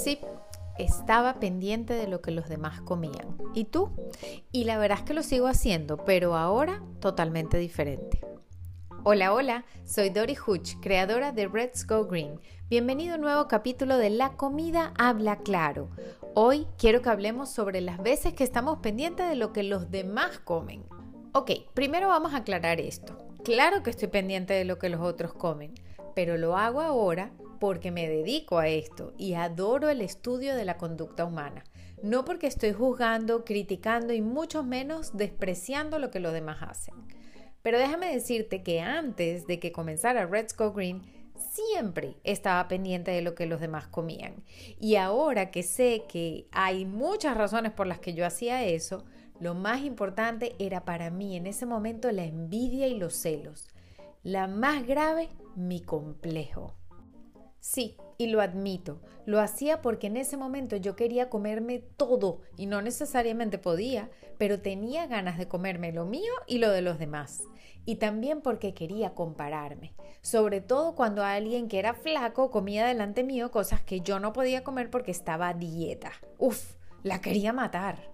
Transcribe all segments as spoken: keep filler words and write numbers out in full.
Sí, estaba pendiente de lo que los demás comían. ¿Y tú? Y la verdad es que lo sigo haciendo, pero ahora totalmente diferente. Hola, hola, soy Dori Huch, creadora de Let's Go Green. Bienvenido a un nuevo capítulo de La Comida Habla Claro. Hoy quiero que hablemos sobre las veces que estamos pendientes de lo que los demás comen. Ok, primero vamos a aclarar esto. Claro que estoy pendiente de lo que los otros comen, pero lo hago ahora porque me dedico a esto y adoro el estudio de la conducta humana. No porque estoy juzgando, criticando y mucho menos despreciando lo que los demás hacen. Pero déjame decirte que antes de que comenzara Let's Go Green, siempre estaba pendiente de lo que los demás comían. Y ahora que sé que hay muchas razones por las que yo hacía eso, lo más importante era para mí en ese momento la envidia y los celos. La más grave, mi complejo. Sí, y lo admito, lo hacía porque en ese momento yo quería comerme todo y no necesariamente podía, pero tenía ganas de comerme lo mío y lo de los demás. Y también porque quería compararme, sobre todo cuando alguien que era flaco comía delante mío cosas que yo no podía comer porque estaba a dieta. Uf, la quería matar.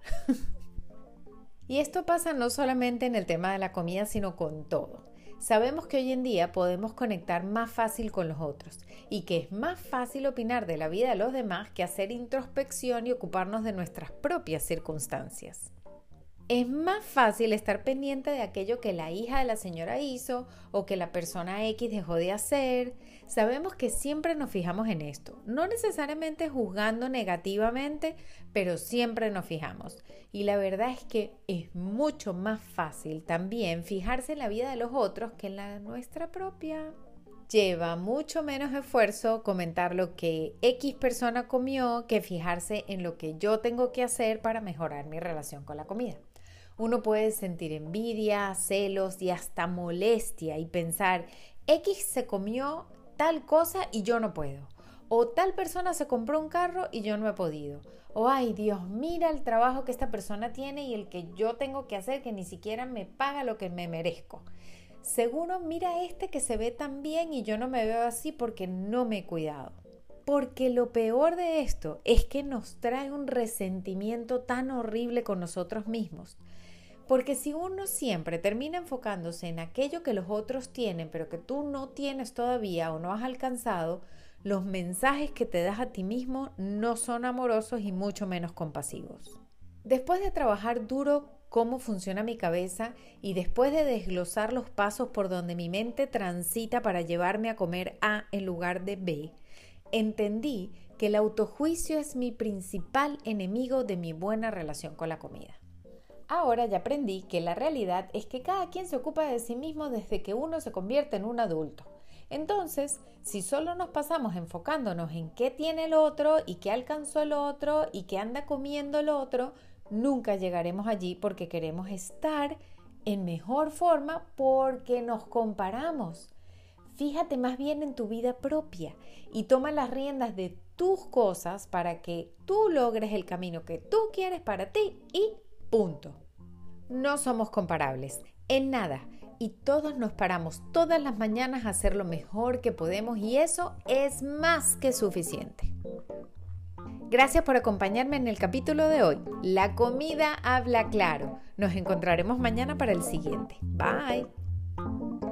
Y esto pasa no solamente en el tema de la comida, sino con todo. Sabemos que hoy en día podemos conectar más fácil con los otros y que es más fácil opinar de la vida de los demás que hacer introspección y ocuparnos de nuestras propias circunstancias. Es más fácil estar pendiente de aquello que la hija de la señora hizo o que la persona X dejó de hacer. Sabemos que siempre nos fijamos en esto, no necesariamente juzgando negativamente, pero siempre nos fijamos. Y la verdad es que es mucho más fácil también fijarse en la vida de los otros que en la nuestra propia. Lleva mucho menos esfuerzo comentar lo que X persona comió que fijarse en lo que yo tengo que hacer para mejorar mi relación con la comida. Uno puede sentir envidia, celos y hasta molestia y pensar, X se comió tal cosa y yo no puedo. O tal persona se compró un carro y yo no he podido. O ay Dios, mira el trabajo que esta persona tiene y el que yo tengo que hacer que ni siquiera me paga lo que me merezco. Seguro mira este que se ve tan bien y yo no me veo así porque no me he cuidado. Porque lo peor de esto es que nos trae un resentimiento tan horrible con nosotros mismos. Porque si uno siempre termina enfocándose en aquello que los otros tienen, pero que tú no tienes todavía o no has alcanzado, los mensajes que te das a ti mismo no son amorosos y mucho menos compasivos. Después de trabajar duro cómo funciona mi cabeza y después de desglosar los pasos por donde mi mente transita para llevarme a comer A en lugar de B, entendí que el autojuicio es mi principal enemigo de mi buena relación con la comida. Ahora ya aprendí que la realidad es que cada quien se ocupa de sí mismo desde que uno se convierte en un adulto. Entonces, si solo nos pasamos enfocándonos en qué tiene el otro y qué alcanzó el otro y qué anda comiendo el otro, nunca llegaremos allí porque queremos estar en mejor forma porque nos comparamos. Fíjate más bien en tu vida propia y toma las riendas de tus cosas para que tú logres el camino que tú quieres para ti y punto. No somos comparables en nada y todos nos paramos todas las mañanas a hacer lo mejor que podemos y eso es más que suficiente. Gracias por acompañarme en el capítulo de hoy. La comida habla claro. Nos encontraremos mañana para el siguiente. Bye.